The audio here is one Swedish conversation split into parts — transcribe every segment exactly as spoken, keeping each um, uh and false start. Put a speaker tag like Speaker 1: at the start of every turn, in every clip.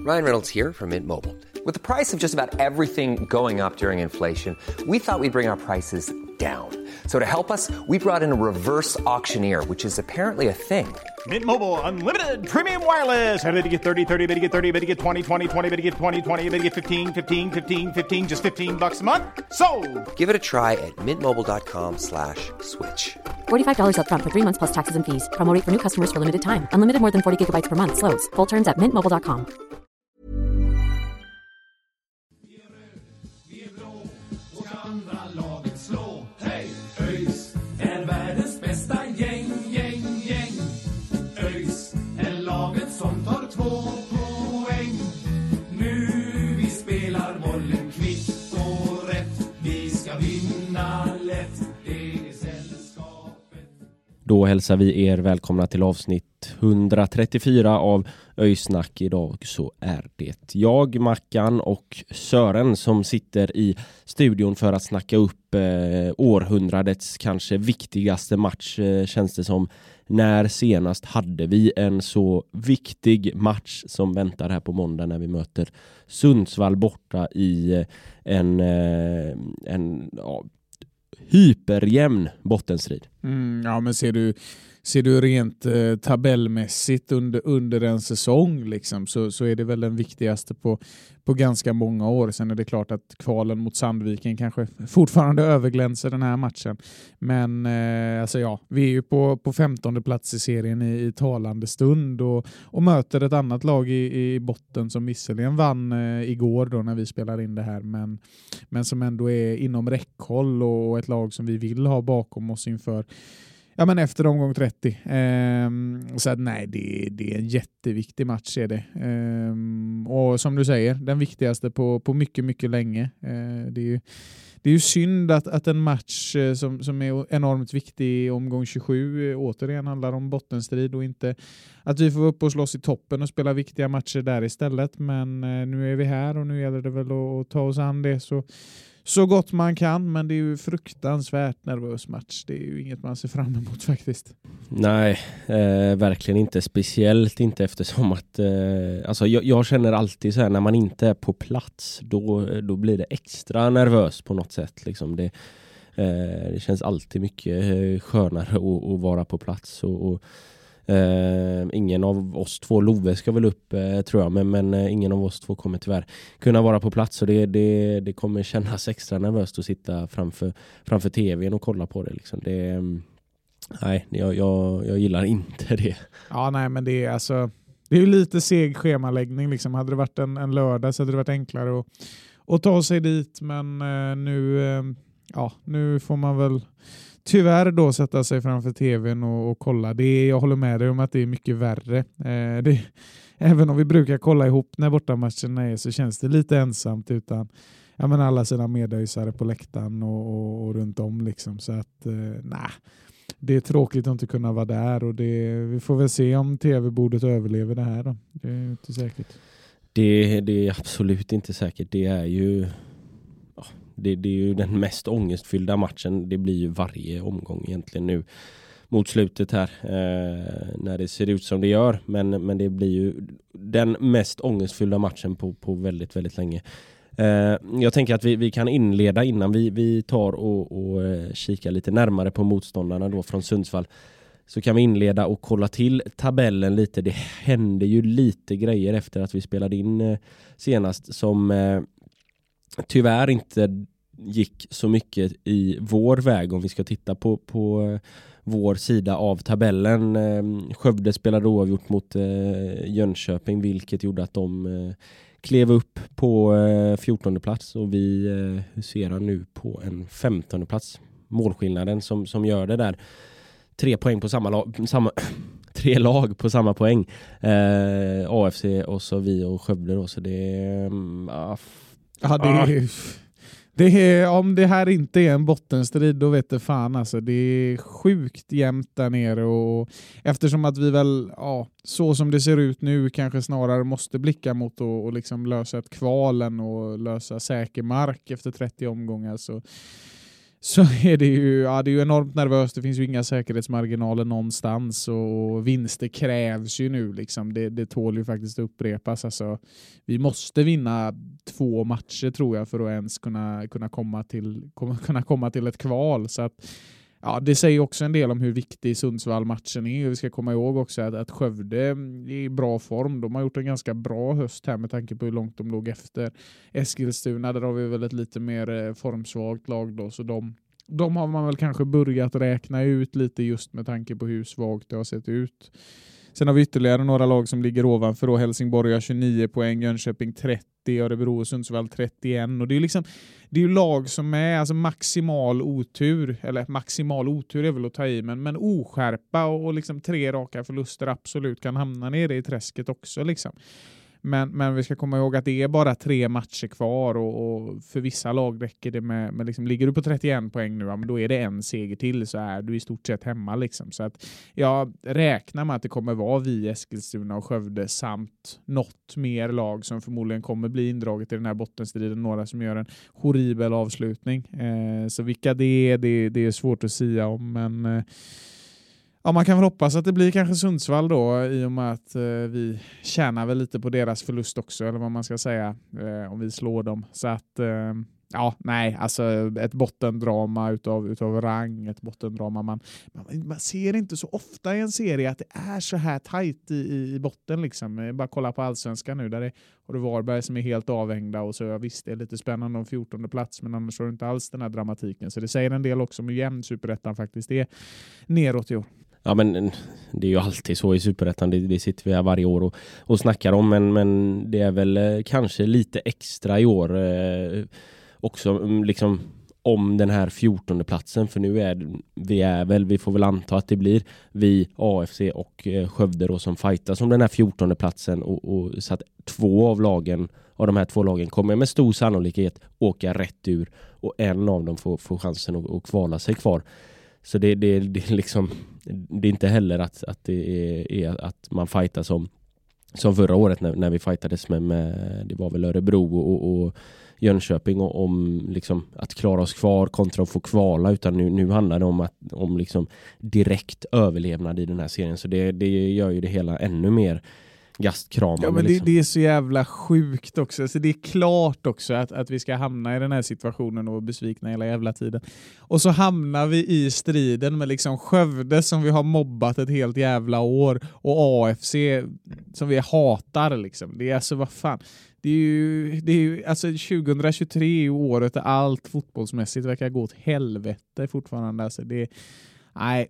Speaker 1: Ryan Reynolds here from Mint Mobile. With the price of just about everything going up during inflation, we thought we'd bring our prices down. So to help us, we brought in a reverse auctioneer, which is apparently a thing.
Speaker 2: Mint Mobile Unlimited Premium Wireless. How to get thirty, thirty, how to get thirty, how to get twenty, twenty, twenty, how to get twenty, twenty, how to get fifteen, fifteen, fifteen, fifteen, just fifteen bucks a month? Sold!
Speaker 1: Give it a try at mintmobile.com slash switch.
Speaker 3: forty-five dollars up front for three months plus taxes and fees. Promo rate for new customers for limited time. Unlimited more than forty gigabytes per month. Slows full terms at mint mobile dot com.
Speaker 4: Då hälsar vi er välkomna till avsnitt etthundratrettiofyra av Öysnack. Idag så är det jag, Mackan och Sören som sitter i studion för att snacka upp eh, århundradets kanske viktigaste match, eh, känns det som. När senast hade vi en så viktig match som väntar här på måndag när vi möter Sundsvall borta i en, eh, en ja, hyperjämn bottenstrid.
Speaker 5: Mm, ja, men ser du ser du rent eh, tabellmässigt under under en säsong liksom, så så är det väl den viktigaste på på ganska många år. Sen är det klart att kvalen mot Sandviken kanske fortfarande överglänser den här matchen. Men eh, alltså ja, vi är ju på på femtonde plats i serien i, i talande stund och och möter ett annat lag i i botten som visserligen vann eh, igår då när vi spelar in det här, men men som ändå är inom räckhåll och ett lag som vi vill ha bakom oss inför ja, men efter omgång trettio. Ehm, så att, nej, det, det är en jätteviktig match är det. Ehm, och som du säger, den viktigaste på, på mycket, mycket länge. Ehm, det är ju det är ju synd att, att en match som, som är enormt viktig i omgång tjugosju återigen handlar om bottenstrid och inte att vi får upp och slåss i toppen och spela viktiga matcher där istället. Men eh, nu är vi här och nu gäller det väl att, att ta oss an det så Så gott man kan, men det är ju fruktansvärt nervös match. Det är ju inget man ser fram emot faktiskt.
Speaker 4: Nej, eh, verkligen inte. Speciellt inte eftersom att eh, alltså jag, jag känner alltid så här när man inte är på plats då, då blir det extra nervös på något sätt. Liksom det, eh, det känns alltid mycket skönare att, att vara på plats och, och Uh, ingen av oss två, Love ska väl upp uh, tror jag, men, men uh, ingen av oss två kommer tyvärr kunna vara på plats och det, det, det kommer kännas extra nervöst att sitta framför, framför tvn och kolla på det liksom. Det, um, nej, jag, jag, jag gillar inte det.
Speaker 5: Ja, nej, men det är alltså det är ju lite seg schemaläggning liksom. Hade det varit en, en lördag så hade det varit enklare att, att ta sig dit, men uh, nu uh, ja, nu får man väl tyvärr då sätta sig framför tvn och, och kolla. Det är, jag håller med dig om att det är mycket värre. Eh, det, även om vi brukar kolla ihop när bortamatcherna är så känns det lite ensamt utan ja, men alla sina medöjsare på läktaren och, och, och runt om. Liksom. Så att eh, nej, det är tråkigt att inte kunna vara där och det, vi får väl se om tv-bordet överlever det här då. Det är inte säkert.
Speaker 4: Det, det är absolut inte säkert. Det är ju Det, det är ju den mest ångestfyllda matchen. Det blir ju varje omgång egentligen nu mot slutet här eh, när det ser ut som det gör. Men, men det blir ju den mest ångestfyllda matchen på, på väldigt, väldigt länge. Eh, jag tänker att vi, vi kan inleda innan vi, vi tar och, och eh, kika lite närmare på motståndarna då från Sundsvall. Så kan vi inleda och kolla till tabellen lite. Det hände ju lite grejer efter att vi spelade in eh, senast som Eh, tyvärr inte gick så mycket i vår väg om vi ska titta på, på vår sida av tabellen. Skövde spelade oavgjort mot Jönköping, vilket gjorde att de klev upp på fjortonde plats och vi huserar nu på en femtonde plats. Målskillnaden som, som gör det där. Tre poäng på samma lag, samma, tre lag på samma poäng. Eh, A F C och så vi och Skövde då, så det är ah,
Speaker 5: Ja, det är, det är, om det här inte är en bottenstrid då vet det fan alltså. Det är sjukt jämnt där nere och eftersom att vi väl ja, så som det ser ut nu kanske snarare måste blicka mot att och liksom lösa ett kvalen och lösa säker mark efter trettio omgångar så så är det ju, ja, det är ju enormt nervöst. Det finns ju inga säkerhetsmarginaler någonstans och vinster krävs ju nu. Liksom. Det, det tål ju faktiskt upprepas. Alltså, vi måste vinna två matcher tror jag för att ens kunna, kunna, komma, till, kunna komma till ett kval. Så att, ja, det säger också en del om hur viktig Sundsvall-matchen är. Vi ska komma ihåg också att, att Skövde är i bra form. De har gjort en ganska bra höst här med tanke på hur långt de låg efter. Eskilstuna, där har vi väl ett lite mer formsvagt lag då. Så de, de har man väl kanske börjat räkna ut lite just med tanke på hur svagt det har sett ut. Sen har vi ytterligare några lag som ligger ovanför. Då Helsingborg har tjugonio poäng, Jönköping trettio, Örebro och Sundsvall trettioen. Och det är ju liksom, det är ju lag som är alltså maximal otur, eller maximal otur är väl att ta i, men, men oskärpa och, och liksom tre raka förluster absolut kan hamna nere i träsket också liksom. Men, men vi ska komma ihåg att det är bara tre matcher kvar och, och för vissa lag räcker det med, med liksom, ligger du på trettioen poäng nu, ja, men då är det en seger till så är du i stort sett hemma liksom. Så att jag räknar med att det kommer vara vi, Eskilstuna och Skövde samt något mer lag som förmodligen kommer bli indraget i den här bottenstriden, några som gör en horribel avslutning. Eh, så vilka det är, det, det är svårt att säga om, men eh, ja, man kan väl hoppas att det blir kanske Sundsvall då, i och med att eh, vi tjänar väl lite på deras förlust också, eller vad man ska säga, eh, om vi slår dem. Så att, eh, ja, nej, alltså ett bottendrama utav, utav rang, ett bottendrama. Man, man, man ser inte så ofta i en serie att det är så här tajt i, i botten liksom. Bara kolla på Allsvenskan nu, där det har du Varberg som är helt avhängda och så, ja, visst, det är lite spännande om fjortonde plats, men annars har du inte alls den här dramatiken. Så det säger en del också om hur jämn Superettan faktiskt är neråt i år.
Speaker 4: Ja, men det är ju alltid så i Superettan, det, det sitter vi här varje år och, och snackar om, men, men det är väl eh, kanske lite extra i år eh, också liksom om den här fjortonde platsen, för nu är vi är väl, vi får väl anta att det blir vi, A F C och eh, Skövde då, som fightas om den här fjortonde platsen och, och så att två av lagen, av de här två lagen kommer med stor sannolikhet åka rätt ur och en av dem får, får chansen att, att kvala sig kvar. Så det, det, det, liksom, det är inte heller att, att det är, är att man fightar som, som förra året när, när vi fightades med, med, det var väl Örebro och, och Jönköping och, om liksom, att klara oss kvar kontra att få kvala, utan nu, nu handlar det om, att, om liksom, direkt överlevnad i den här serien. Så det, det gör ju det hela ännu mer gastkramande.
Speaker 5: Ja, men det,
Speaker 4: liksom.
Speaker 5: det är så jävla sjukt också. Så det är klart också att, att vi ska hamna i den här situationen och vara besvikna hela jävla tiden. Och så hamnar vi i striden med liksom Skövde som vi har mobbat ett helt jävla år och A F C som vi hatar liksom. Det är alltså, vad fan. Det är ju, det är ju alltså tjugohundratjugotre är året där allt fotbollsmässigt verkar gå åt helvete fortfarande. Alltså det är, nej,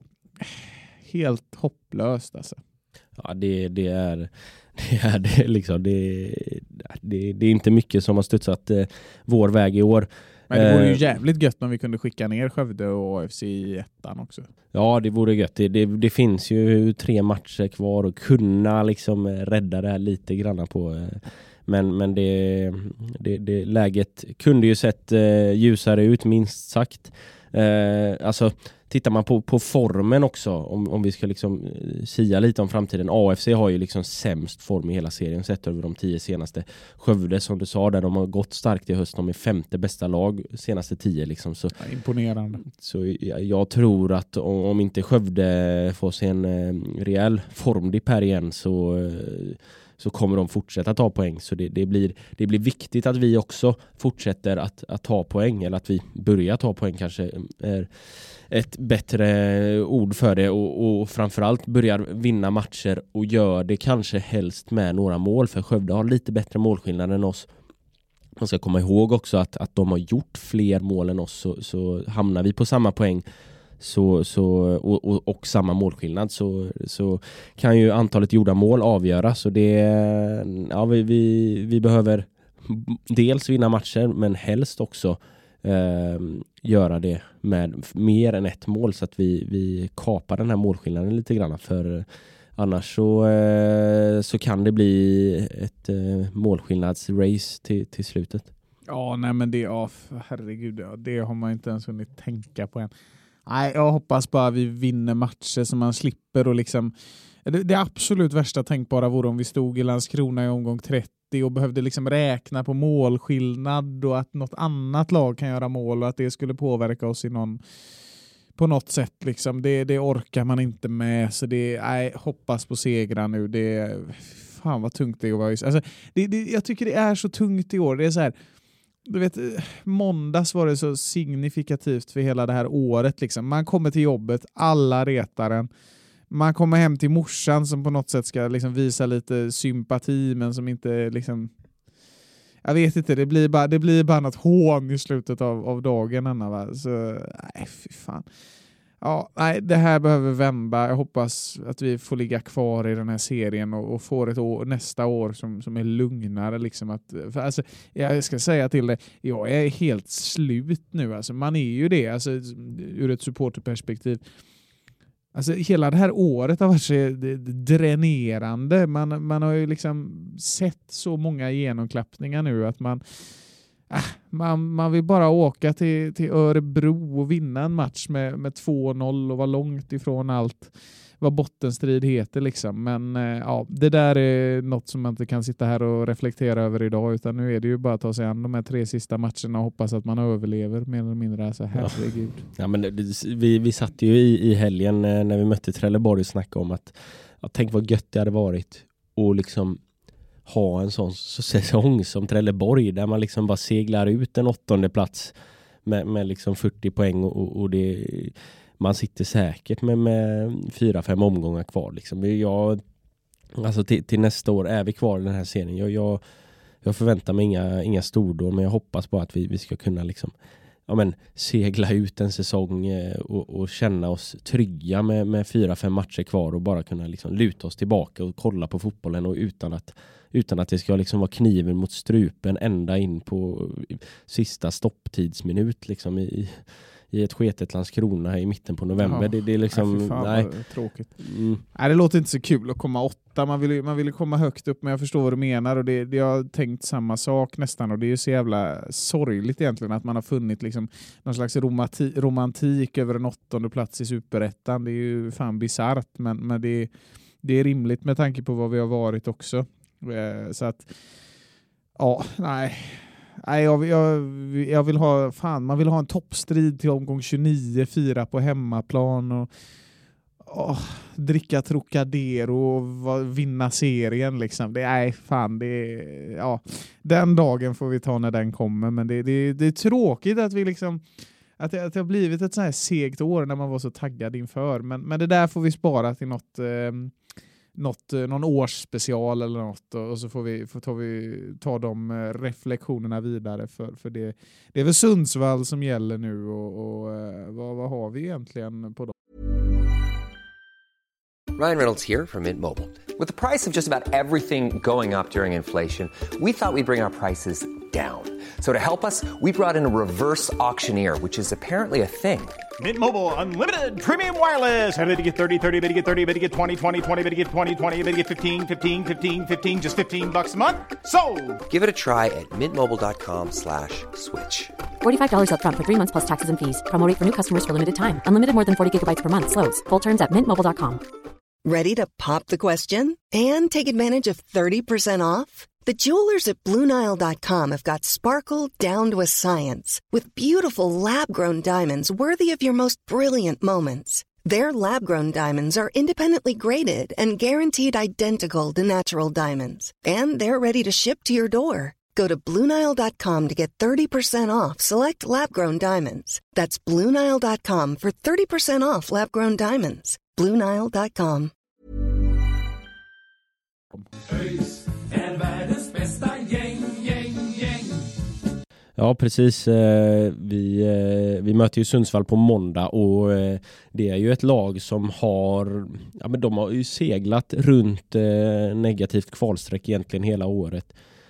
Speaker 5: helt hopplöst alltså.
Speaker 4: Ja, det, det är det är det liksom det, det, det är inte mycket som har studsat eh, vår väg i år.
Speaker 5: Men det vore ju jävligt gött om vi kunde skicka ner Skövde och A F C i ettan också.
Speaker 4: Ja, det vore gött. Det, det, det finns ju tre matcher kvar och kunna liksom rädda det här lite grann på. Men, men det, det, det läget kunde ju sett eh, ljusare ut, minst sagt. Eh, alltså tittar man på, på formen också, om, om vi ska liksom sia lite om framtiden. A F C har ju liksom sämst form i hela serien sett över de tio senaste. Skövde, som du sa, där de har gått starkt i höst. De är femte bästa lag senaste tio. Liksom. Så,
Speaker 5: ja, imponerande.
Speaker 4: Så jag, jag tror att om, om inte Skövde får se en eh, rejäl formdipp här igen så... Eh, så kommer de fortsätta ta poäng. Så det, det, blir, det blir viktigt att vi också fortsätter att, att ta poäng, eller att vi börjar ta poäng kanske är ett bättre ord för det, och, och framförallt börjar vinna matcher och gör det kanske helst med några mål, för Skövde har lite bättre målskillnad än oss. Man ska komma ihåg också att, att de har gjort fler mål än oss, så, så hamnar vi på samma poäng så, så, och, och, och samma målskillnad så, så kan ju antalet gjorda mål avgöra. Så det, ja, vi, vi, vi behöver dels vinna matcher, men helst också eh, göra det med mer än ett mål, så att vi, vi kapar den här målskillnaden lite grann. För annars så, eh, så kan det bli ett eh, målskillnadsrace till, till slutet.
Speaker 5: Ja, nej men det, ja, herregud, ja, det har man inte ens hunnit tänka på än. Nej, jag hoppas bara vi vinner matcher så man slipper och liksom Det, det absolut värsta tänkbara vore om vi stod i Landskrona i omgång trettio och behövde liksom räkna på målskillnad och att något annat lag kan göra mål och att det skulle påverka oss i någon, på något sätt. Liksom. Det, det orkar man inte med. Så det, nej, hoppas på segrar nu. Det, fan vad tungt det var. Alltså, det, det, jag tycker det är så tungt i år. Det är så här, du vet, måndags var det så signifikativt för hela det här året. Liksom. Man kommer till jobbet, alla retar en. Man kommer hem till morsan som på något sätt ska liksom visa lite sympati men som inte liksom... Jag vet inte, det blir bara, det blir bara något hån i slutet av, av dagen. Anna, va? Så, nej, fy fan. Ja, nej, det här behöver vända. Jag hoppas att vi får ligga kvar i den här serien och, och får ett år, nästa år som, som är lugnare. Liksom att, för alltså, jag ska säga till dig, jag är helt slut nu. Alltså, man är ju det, alltså, ur ett supporterperspektiv. Alltså, hela det här året har varit så dränerande. Man, man har ju liksom sett så många genomklappningar nu att man... Äh, man, man vill bara åka till, till Örebro och vinna en match med, med två noll och vara långt ifrån allt vad bottenstrid heter. Liksom. Men äh, ja, det där är något som man inte kan sitta här och reflektera över idag, utan nu är det ju bara att ta sig an de här tre sista matcherna och hoppas att man överlever mer eller mindre. Alltså, herregud. Ja.
Speaker 4: Ja, men det, vi, vi satt ju i, i helgen när vi mötte Trelleborg och snackade om att ja, tänk vad gött det hade varit och liksom ha en sån så säsong som Trelleborg där man liksom bara seglar ut en åttonde plats med, med liksom fyrtio poäng och, och det, man sitter säkert med, med fyra, fem omgångar kvar. Liksom. Jag, alltså till, till nästa år är vi kvar i den här serien. Jag, jag, jag förväntar mig inga, inga stordår, men jag hoppas på att vi, vi ska kunna liksom, ja, men, segla ut en säsong och, och känna oss trygga med, med fyra, fem matcher kvar och bara kunna liksom luta oss tillbaka och kolla på fotbollen och utan att utan att det ska liksom vara kniven mot strupen ända in på sista stopptidsminut liksom i, i ett sketet Landskrona i mitten på november. Ja, det, det är liksom...
Speaker 5: Nej, fan,
Speaker 4: nej.
Speaker 5: Tråkigt. Mm. Nej, det låter inte så kul att komma åtta. Man vill, man vill komma högt upp, men jag förstår vad du menar och det, det jag har tänkt samma sak nästan och det är ju så jävla sorgligt egentligen att man har funnit liksom någon slags romanti, romantik över en åttonde plats i Superettan. Det är ju fan bizarrt, men, men det, det är rimligt med tanke på vad vi har varit också. Så att ja, nej nej jag, jag, jag vill ha fan, man vill ha en toppstrid till omgång tjugonio, fyra på hemmaplan och åh, dricka Trocadero och vinna serien liksom. Det är fan det ja, den dagen får vi ta när den kommer, men det, det, det är tråkigt att vi liksom att det, att det har blivit ett så här segt år när man var så taggad inför, men, men det där får vi spara till något eh, Något, någon årsspecial eller något och så får vi, får ta, vi ta de reflektionerna vidare för, för det, det är väl Sundsvall som gäller nu och, och vad, vad har vi egentligen på dem?
Speaker 1: Ryan Reynolds here from Mint Mobile. With the price of just about everything going up during inflation, we thought we'd bring our prices down. So to help us, we brought in a reverse auctioneer, which is apparently a thing.
Speaker 2: Mint Mobile Unlimited Premium Wireless. How to get thirty, thirty, how to get thirty, how to get twenty, twenty, twenty, how to get twenty, twenty, how to get fifteen, fifteen, fifteen, fifteen, just fifteen bucks a month? Sold!
Speaker 1: Give it a try at mintmobile.com slash switch.
Speaker 3: forty-five dollars up front for three months plus taxes and fees. Promo rate for new customers for limited time. Unlimited more than forty gigabytes per month. Slows full terms at mint mobile dot com.
Speaker 6: Ready to pop the question and take advantage of thirty percent off? The jewelers at Blue Nile dot com have got sparkle down to a science with beautiful lab-grown diamonds worthy of your most brilliant moments. Their lab-grown diamonds are independently graded and guaranteed identical to natural diamonds. And they're ready to ship to your door. Go to Blue Nile dot com to get thirty percent off select lab-grown diamonds. That's Blue Nile dot com for thirty percent off lab-grown diamonds. Blue Nile dot com.
Speaker 7: Är världens bästa gäng, gäng, gäng.
Speaker 4: Ja, precis. Vi, vi möter ju Sundsvall på måndag och det är ju ett lag som har, ja, men de har ju seglat runt negativt kvalsträck egentligen hela året.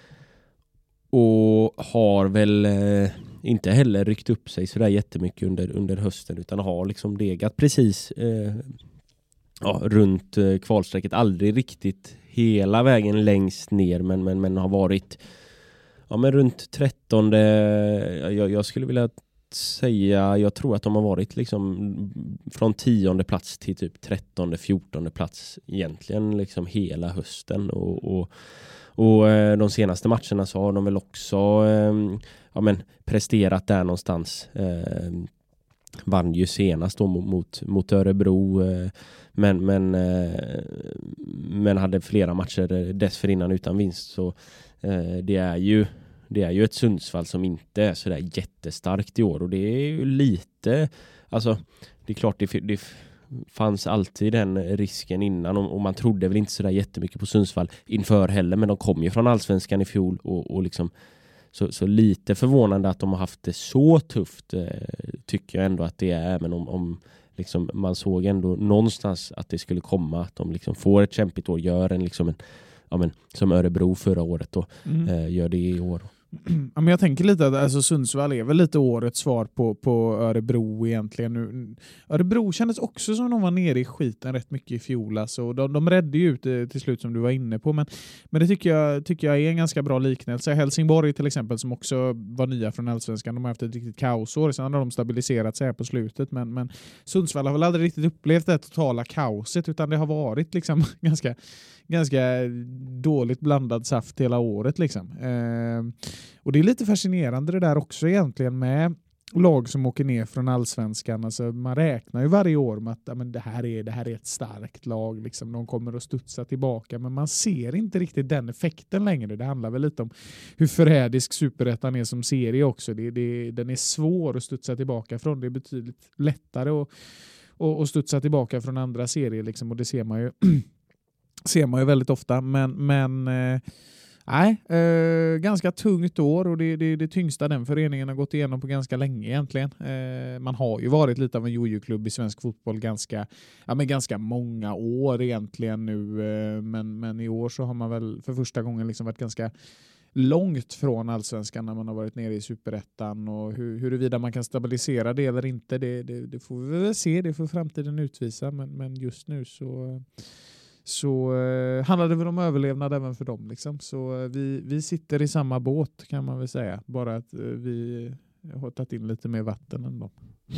Speaker 4: Och har väl inte heller ryckt upp sig så där jättemycket under, under hösten utan har liksom legat precis eh, ja, runt eh, kvalsträcket. Aldrig riktigt hela vägen längst ner men, men, men har varit ja, men runt trettonde. Jag, jag skulle vilja säga, jag tror att de har varit liksom från tionde plats till typ trettonde, fjortonde plats egentligen liksom hela hösten och, och, och eh, de senaste matcherna så har de väl också eh, ja, men presterat där någonstans. Eh, vann ju senast då mot, mot Örebro eh, men, men, eh, men hade flera matcher dessförinnan utan vinst, så eh, det är ju Det är ju ett Sundsvall som inte är så där jättestarkt i år, och det är ju lite, alltså det är klart det, det fanns alltid den risken innan, och, och man trodde väl inte så där jättemycket på Sundsvall inför heller, men de kom ju från Allsvenskan i fjol och, och liksom så, så lite förvånande att de har haft det så tufft eh, tycker jag ändå att det är, även om, om liksom man såg ändå någonstans att det skulle komma, att de liksom får ett kämpigt år, gör en liksom en ja, men, som Örebro förra året då, mm. eh, gör det i år.
Speaker 5: Ja, men jag tänker lite att alltså, Sundsvall är väl lite årets svar på, på Örebro egentligen. Nu, Örebro kändes också som de var nere i skiten rätt mycket i fjol. Alltså. De, de räddde ju ut till slut som du var inne på. Men, men det tycker jag, tycker jag är en ganska bra liknelse. Helsingborg till exempel som också var nya från Allsvenskan. De har haft ett riktigt kaosår. Sen har de stabiliserat sig här på slutet. Men, men Sundsvall har väl aldrig riktigt upplevt det totala kaoset, utan det har varit liksom ganska, ganska dåligt blandad saft hela året. Liksom. Eh, Och det är lite fascinerande det där också egentligen med lag som åker ner från Allsvenskan. Alltså man räknar ju varje år med att ja, men det, här är, det här är ett starkt lag. Liksom. De kommer att studsa tillbaka. Men man ser inte riktigt den effekten längre. Det handlar väl lite om hur förrädisk Superettan är som serie också. Det, det, den är svår att studsa tillbaka från. Det är betydligt lättare att, att, att studsa tillbaka från andra serier. Liksom. Och det ser man ju, ser man ju väldigt ofta. Men... men eh, Nej, eh, ganska tungt år, och det är det, det tyngsta den föreningen har gått igenom på ganska länge egentligen. Eh, man har ju varit lite av en jojo-klubb i svensk fotboll ganska, ja, men ganska många år egentligen nu. Eh, men, men i år så har man väl för första gången liksom varit ganska långt från Allsvenskan när man har varit nere i Superettan. Och hur, huruvida man kan stabilisera det eller inte, det, det, det får vi väl se. Det får framtiden utvisa. Men, men just nu så... så eh, handlar det väl om överlevnad även för dem. Liksom. Så eh, vi, vi sitter i samma båt kan man väl säga. Bara att eh, vi har tagit in lite mer vatten än dem.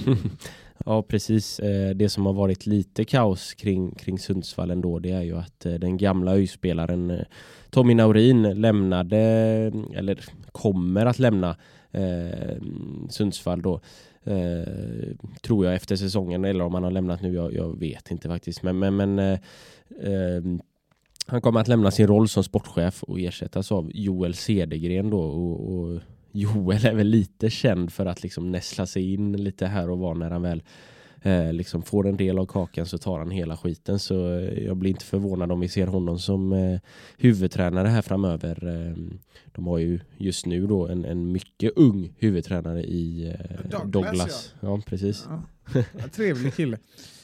Speaker 4: Ja, precis. Eh, det som har varit lite kaos kring, kring Sundsvall ändå, det är ju att eh, den gamla öjspelaren eh, Tommy Naurin lämnade, eller kommer att lämna eh, Sundsvall då. Eh, tror jag efter säsongen, eller om han har lämnat nu, jag, jag vet inte faktiskt, men, men, men eh, eh, han kommer att lämna sin roll som sportchef och ersättas av Joel Cedergren då, och, och Joel är väl lite känd för att liksom näsla sig in lite här och var när han väl eh, liksom får en del av kakan så tar han hela skiten, så eh, jag blir inte förvånad om vi ser honom som eh, huvudtränare här framöver. Eh, de har ju just nu då en, en mycket ung huvudtränare i eh, Douglas. Douglas. Ja. ja, precis.
Speaker 5: Ja. Trevlig kille.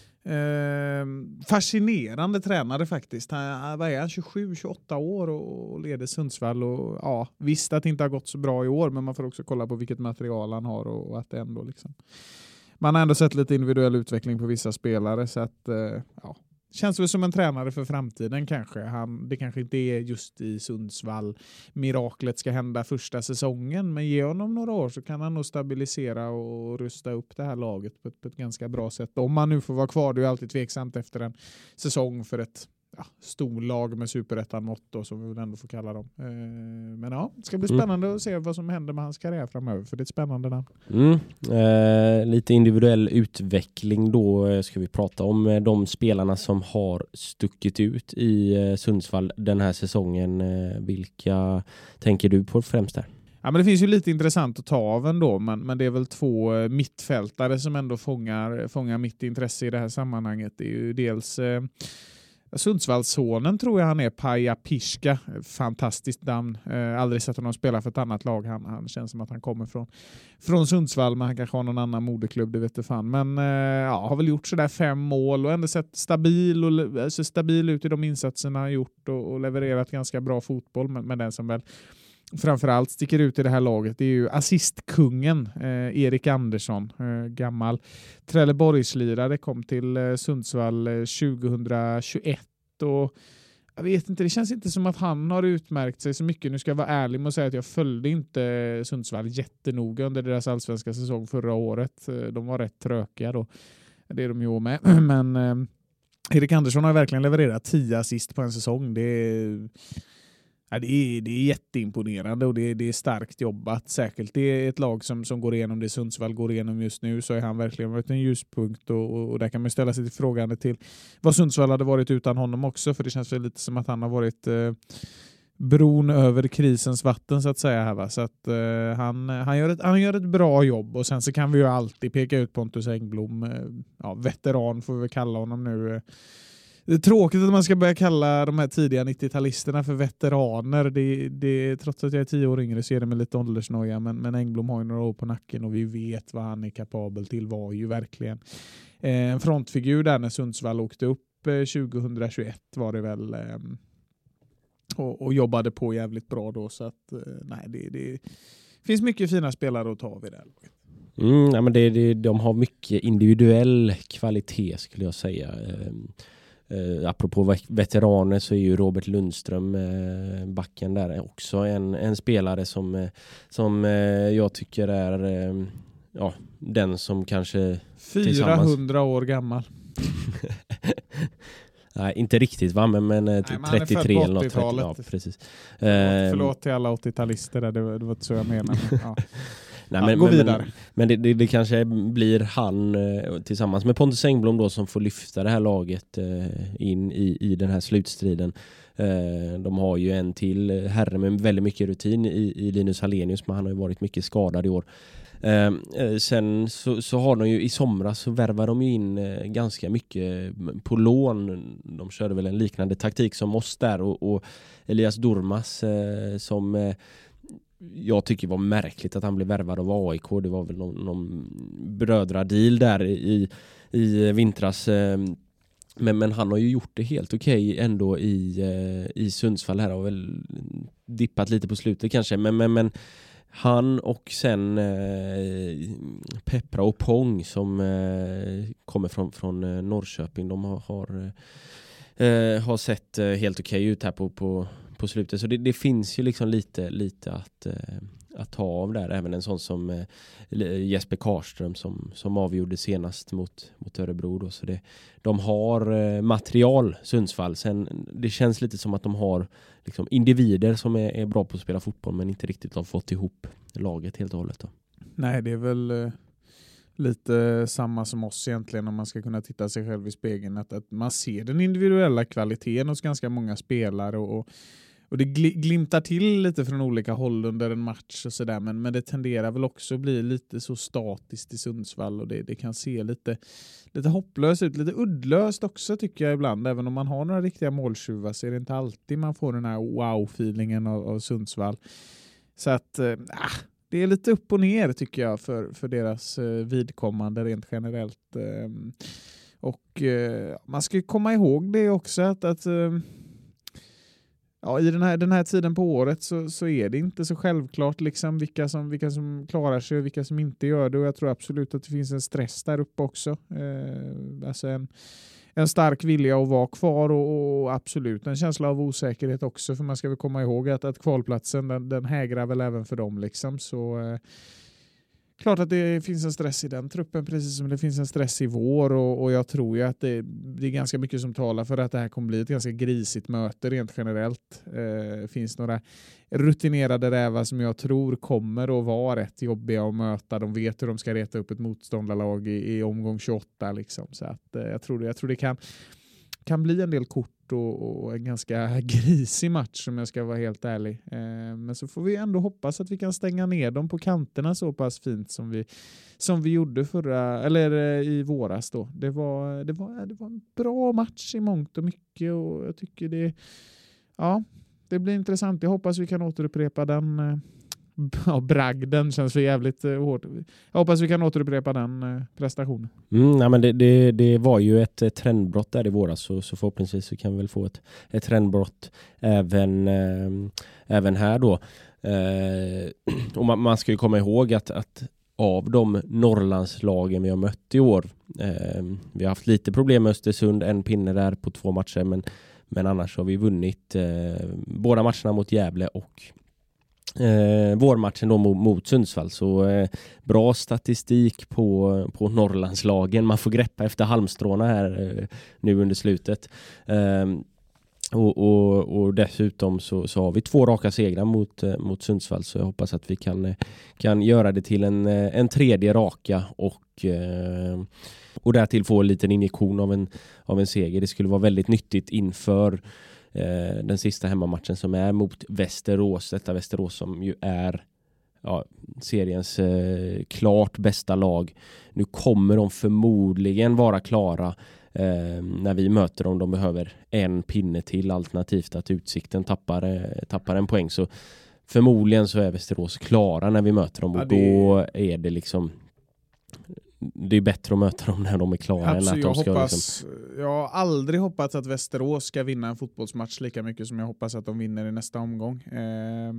Speaker 5: Eh, fascinerande tränare faktiskt. Han var han tjugosju tjugoåtta år och leder Sundsvall, och ja, visst att det inte har gått så bra i år, men man får också kolla på vilket material han har, och, och att det ändå liksom, man har ändå sett lite individuell utveckling på vissa spelare, så att eh, ja, känns väl som en tränare för framtiden kanske. Han, det kanske inte är just i Sundsvall miraklet ska hända första säsongen, men ge honom några år så kan han nog stabilisera och rusta upp det här laget på ett, på ett ganska bra sätt. Om man nu får vara kvar, det är ju alltid tveksamt efter en säsong för ett ja, storlag med Superettan-mått då, som vi väl ändå får kalla dem. Eh, men ja, det ska bli spännande mm. att se vad som händer med hans karriär framöver, för det är ett spännande namn.
Speaker 4: Mm. Eh, lite individuell utveckling då ska vi prata om de spelarna som har stuckit ut i eh, Sundsvall den här säsongen. Eh, vilka tänker du på främst där?
Speaker 5: Ja, men det finns ju lite intressant att ta av ändå, men, men det är väl två mittfältare som ändå fångar, fångar mitt intresse i det här sammanhanget. Det är ju dels eh, Sundsvallssonen tror jag han är, Paja Piska, fantastiskt namn. Eh, aldrig sett honom spela för ett annat lag. Han, han känns som att han kommer från, från Sundsvall, men han kanske har någon annan moderklubb, det vet jag fan. Men eh, ja, har väl gjort sådär fem mål och ändå sett stabil, och, alltså stabil ut i de insatserna han gjort, och, och levererat ganska bra fotboll. Men, men den som väl framförallt sticker ut i det här laget, det är ju assistkungen eh, Erik Andersson, eh, gammal Trelleborgslirare, kom till eh, Sundsvall eh, tjugohundratjugoett, och Jag vet inte, det känns inte som att han har utmärkt sig så mycket. Nu ska jag vara ärlig med att säga att jag följde inte Sundsvall jättenoga under deras allsvenska säsong förra året. De var rätt trökiga då. Det är de ju med. Men eh, Erik Andersson har verkligen levererat tio assist på en säsong. Det är, ja, det är, det är jätteimponerande och det är, det är starkt jobbat. Säkert det är ett lag som, som går igenom det Sundsvall går igenom just nu, så är han verkligen varit en ljuspunkt och, och, och där kan man ställa sig till frågan till vad Sundsvall hade varit utan honom också, för det känns väl lite som att han har varit eh, bron över krisens vatten så att säga här, va? Så att eh, han, han, gör ett, han gör ett bra jobb och sen så kan vi ju alltid peka ut Pontus Engblom, eh, ja, veteran får vi väl kalla honom nu. Det är tråkigt att man ska börja kalla de här tidiga nittio-talisterna för veteraner. Det, det, trots att jag är tio år yngre så är det med lite åldersnoja. Men, men Engblom har ju några år på nacken och vi vet vad han är kapabel till. Var ju verkligen eh, en frontfigur där när Sundsvall åkte upp eh, tjugohundratjugoett var det väl. Eh, och, och jobbade på jävligt bra då. Så att eh, nej, det, det finns mycket fina spelare att ta av i det här laget.
Speaker 4: Mm, ja, men det, det, de har mycket individuell kvalitet skulle jag säga. Eh, Uh, apropå veteraner så är ju Robert Lundström uh, backen där också en, en spelare som, uh, som uh, jag tycker är uh, ja, den som kanske
Speaker 5: fyrahundra år gammal.
Speaker 4: Nej, inte riktigt va, men, men, Nej, men trettiotre eller något. trettio, ja, precis.
Speaker 5: Förlåt, förlåt till alla åttio-talister där, det var, det var inte så jag menade. Ja.
Speaker 4: Nej,
Speaker 5: ja,
Speaker 4: men,
Speaker 5: gå
Speaker 4: men,
Speaker 5: vidare.
Speaker 4: Men, men det, det, det kanske blir han eh, tillsammans med Pontus Engblom då som får lyfta det här laget eh, in i, i den här slutstriden. Eh, de har ju en till herre med väldigt mycket rutin i, i Linus Hallenius, men han har ju varit mycket skadad i år. Eh, sen så, så har de ju i somras så värvar de ju in eh, ganska mycket på lån. De körde väl en liknande taktik som oss där och, och Elias Durmas eh, som eh, jag tycker var märkligt att han blev värvad av A I K. Det var väl någon, någon brödradeal där i, i vintras. Men, men han har ju gjort det helt okej okay ändå i, i Sundsvall här och väl dippat lite på slutet kanske. Men, men, men han och sen eh, Peppra och Pong som eh, kommer från, från Norrköping, de har, har, eh, har sett helt okej okay ut här på, på på slutet. Så det, det finns ju liksom lite, lite att, eh, att ta av där. Även en sån som eh, Jesper Karström som, som avgjorde senast mot, mot Örebro. Då. Så det, de har eh, material, Sundsvall. Sen, det känns lite som att de har liksom, individer som är, är bra på att spela fotboll men inte riktigt har fått ihop laget helt och hållet. Då.
Speaker 5: Nej, det är väl eh, lite samma som oss egentligen om man ska kunna titta sig själv i spegeln. Att, att man ser den individuella kvaliteten hos ganska många spelare och, och Och det glimtar till lite från olika håll under en match och sådär. Men, men det tenderar väl också att bli lite så statiskt i Sundsvall. Och det, det kan se lite, lite hopplöst ut. Lite uddlöst också tycker jag ibland. Även om man har några riktiga måltjuvar så är det inte alltid man får den här wow-feelingen av, av Sundsvall. Så att äh, det är lite upp och ner tycker jag för, för deras äh, vidkommande rent generellt. Äh, och äh, man ska ju komma ihåg det också att... att äh, Ja, i den här, den här tiden på året så, så är det inte så självklart liksom vilka som, vilka som klarar sig och vilka som inte gör det. Och jag tror absolut att det finns en stress där uppe också. Eh, alltså en, en stark vilja att vara kvar och, och absolut en känsla av osäkerhet också. För man ska väl komma ihåg att, att kvalplatsen den, den hägrar väl även för dem. Liksom. Så eh, klart att det finns en stress i den truppen precis som det finns en stress i vår och, och jag tror ju att det, det är ganska mycket som talar för att det här kommer bli ett ganska grisigt möte rent generellt. Det eh, finns några rutinerade rävar som jag tror kommer att vara rätt jobbiga att möta. De vet hur de ska reta upp ett motståndarlag i, i omgång tjugoåtta liksom. Så att, eh, jag tror det, jag tror det kan, kan bli en del kort och, och en ganska grisig match om jag ska vara helt ärlig. Eh, men så får vi ändå hoppas att vi kan stänga ner dem på kanterna så pass fint som vi, som vi gjorde förra, eller eh, i våras då. Det var, det, var, det var en bra match i mångt och mycket och jag tycker det, ja, det blir intressant. Jag hoppas vi kan återupprepa den. Eh, ja, bragden känns för jävligt eh, hårt. Jag hoppas vi kan återupprepa den eh, prestationen.
Speaker 4: Mm, nej, men det, det, det var ju ett eh, trendbrott där i våras så, så förhoppningsvis så kan vi väl få ett, ett trendbrott även, eh, även här då. Eh, och man, man ska ju komma ihåg att, att av de Norrlandslagen vi har mött i år, eh, vi har haft lite problem med Östersund, en pinne där på två matcher, men Men annars har vi vunnit eh, båda matcherna mot Gävle och eh, vårmatchen då mot, mot Sundsvall. Så eh, bra statistik på, på Norrlandslagen. Man får greppa efter halmstråna här eh, nu under slutet. Eh, och, och, och dessutom så, så har vi två raka segrar mot, eh, mot Sundsvall. Så jag hoppas att vi kan, kan göra det till en, en tredje raka och... Eh, Och därtill få en liten injektion av en, av en seger. Det skulle vara väldigt nyttigt inför eh, den sista hemmamatchen som är mot Västerås. Detta Västerås som ju är ja, seriens eh, klart bästa lag. Nu kommer de förmodligen vara klara eh, när vi möter dem. De behöver en pinne till, alternativt att Utsikten tappar, eh, tappar en poäng. Så förmodligen så är Västerås klara när vi möter dem. Och ja, det... då är det liksom... Det är bättre att möta dem när de är klara.
Speaker 5: Absolut,
Speaker 4: än att
Speaker 5: jag,
Speaker 4: de ska
Speaker 5: hoppas,
Speaker 4: liksom...
Speaker 5: jag har aldrig hoppats att Västerås ska vinna en fotbollsmatch lika mycket som jag hoppas att de vinner i nästa omgång. Eh,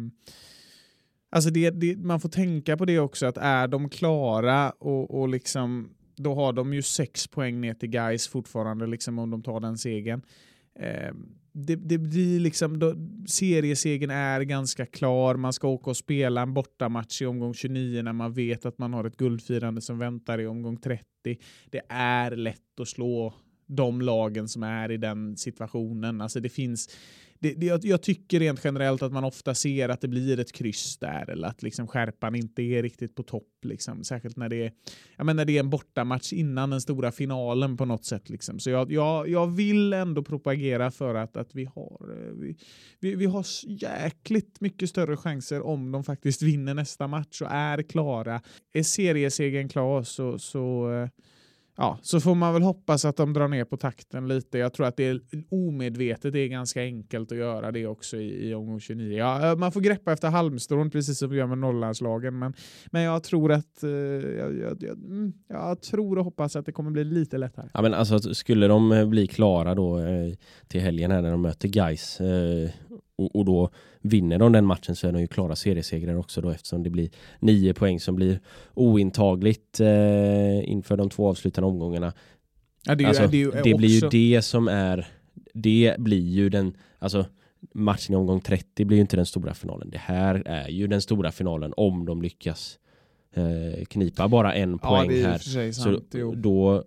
Speaker 5: alltså det, det, man får tänka på det också, att är de klara och, och liksom, då har de ju sex poäng ner till Gais fortfarande liksom, om de tar den segern. Eh, det, det blir liksom då, seriesegen är ganska klar. Man ska åka och spela en bortamatch i omgång tjugonio när man vet att man har ett guldfirande som väntar i omgång trettio. Det är lätt att slå de lagen som är i den situationen. Alltså det finns det, det, jag, jag tycker rent generellt att man ofta ser att det blir ett kryss där, eller att liksom skärpan inte är riktigt på topp liksom. Särskilt när det är, jag menar, när det är en bortamatch innan den stora finalen på något sätt liksom. Så jag, jag, jag vill ändå propagera för att, att vi har vi, vi, vi har jäkligt mycket större chanser om de faktiskt vinner nästa match och är klara. Är seriesegen klar så, så ja, så får man väl hoppas att de drar ner på takten lite. Jag tror att det är omedvetet, det är ganska enkelt att göra det också i, i omgång tjugonio. Ja, man får greppa efter halmstrån precis som vi gör med Norrlandslagen, men, men jag tror att eh, jag, jag, jag, jag tror och hoppas att det kommer bli lite lättare.
Speaker 4: Ja, men alltså skulle de bli klara då eh, till helgen här när de möter Gais eh, och, och då vinner de den matchen, så är de ju klara seriesegrar också då, eftersom det blir nio poäng som blir ointagligt eh, inför de två avslutande omgångarna. Ja, det, är, alltså, det, är, det, är det blir ju det som är, det blir ju den, alltså matchen i omgång trettio blir ju inte den stora finalen. Det här är ju den stora finalen om de lyckas eh, knipa bara en
Speaker 5: ja,
Speaker 4: poäng
Speaker 5: det är
Speaker 4: här.
Speaker 5: för sig sant,
Speaker 4: så då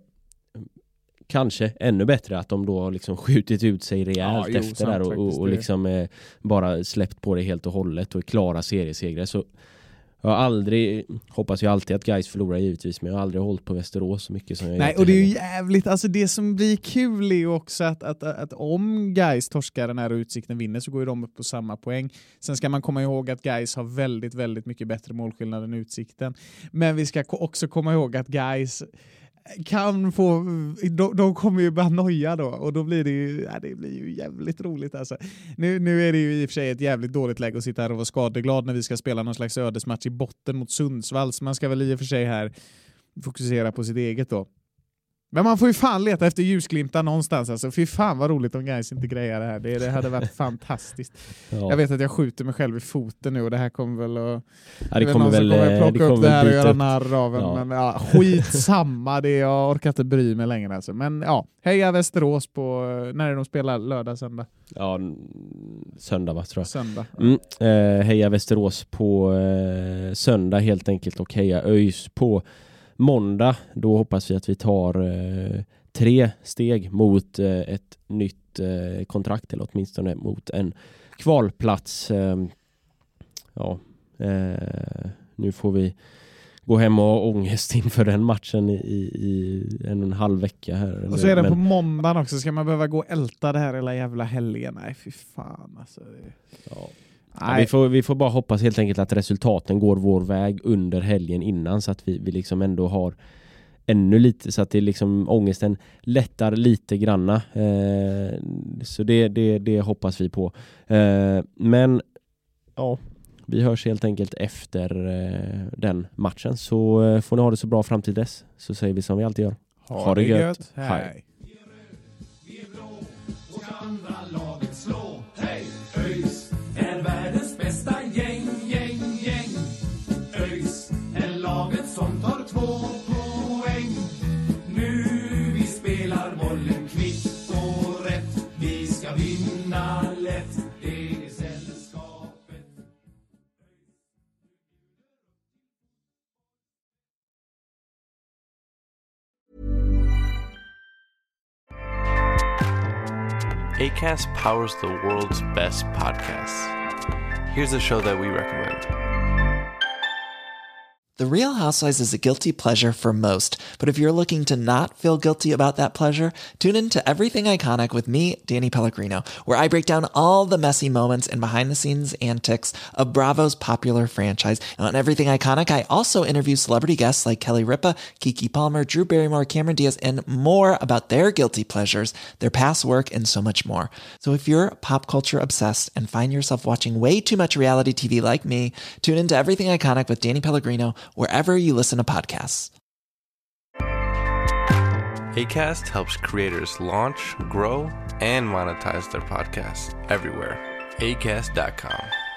Speaker 4: kanske ännu bättre att de då har liksom skjutit ut sig rejält ja, jo, efter där och, och, och liksom eh, bara släppt på det helt och hållet och klara seriesegrar. Så jag har aldrig, hoppas jag alltid att Gais förlorar givetvis, men jag har aldrig hållit på Västerås så mycket som jag
Speaker 5: Nej, och det är ju jävligt, alltså det som blir kul är ju också att, att, att, att om Gais torskar den här Utsikten vinner så går ju de upp på samma poäng. Sen ska man komma ihåg att Gais har väldigt, väldigt mycket bättre målskillnad än Utsikten. Men vi ska också komma ihåg att Gais kan få, de, de kommer ju bara noja då, och då blir det ju, ja, det blir ju jävligt roligt alltså. Nu, nu är det ju i och för sig ett jävligt dåligt läge att sitta här och vara skadeglad när vi ska spela någon slags ödesmatch i botten mot Sundsvall, så man ska väl i och för sig här fokusera på sitt eget då. Men man får ju fan leta efter ljusglimtar någonstans alltså. Fy fan vad roligt om Gais inte grejer det här. Det, det hade varit fantastiskt. Ja. Jag vet att jag skjuter mig själv i foten nu och det här kommer väl att...
Speaker 4: Ja, det kommer väl...
Speaker 5: Kommer plocka
Speaker 4: det
Speaker 5: upp det här och göra
Speaker 4: upp.
Speaker 5: narr av en.
Speaker 4: Ja.
Speaker 5: Men ja, skitsamma. Det, jag orkar inte bry mig längre alltså. Men ja, heja Västerås på... När de spelar lördag, söndag?
Speaker 4: Ja, söndag va, tror jag.
Speaker 5: Söndag.
Speaker 4: Mm, eh, heja Västerås på eh, söndag helt enkelt, och heja ÖIS på måndag. Då hoppas vi att vi tar eh, tre steg mot eh, ett nytt eh, kontrakt, eller åtminstone mot en kvalplats. Eh, ja, eh, nu får vi gå hem och ha ångest inför den matchen i, i en och en halv vecka här.
Speaker 5: Och så är den
Speaker 4: Men,
Speaker 5: på måndagen också. Ska man behöva gå och älta det här hela jävla helgen? Nej, fy fan alltså.
Speaker 4: ja. Ja, vi, får, vi får bara hoppas helt enkelt att resultaten går vår väg under helgen innan, så att vi, vi liksom ändå har ännu lite, så att det liksom ångesten lättar lite granna. Eh, så det, det, det hoppas vi på. Eh, men ja, vi hörs helt enkelt efter eh, den matchen, så eh, får ni ha det så bra fram till dess, så säger vi som vi alltid gör.
Speaker 5: Ha, ha det gött. gött. Hej.
Speaker 4: Hej.
Speaker 7: Vi är blå och ska andra laget slå. Hej, ÖIS är världens bästa gäng, gäng, gäng. ÖIS är laget som tar två poäng. Nu vi spelar bollen kvitt och rätt. Vi ska vinna.
Speaker 8: Acast powers the world's best podcasts. Here's a show that we recommend.
Speaker 9: The Real Housewives is a guilty pleasure for most, but if you're looking to not feel guilty about that pleasure, tune in to Everything Iconic with me, Danny Pellegrino, where I break down all the messy moments and behind-the-scenes antics of Bravo's popular franchise. And on Everything Iconic, I also interview celebrity guests like Kelly Ripa, Keke Palmer, Drew Barrymore, Cameron Diaz, and more about their guilty pleasures, their past work, and so much more. So if you're pop culture obsessed and find yourself watching way too much reality T V like me, tune into Everything Iconic with Danny Pellegrino, wherever you listen to podcasts.
Speaker 8: Acast helps creators launch, grow, and monetize their podcasts everywhere. Acast dot com.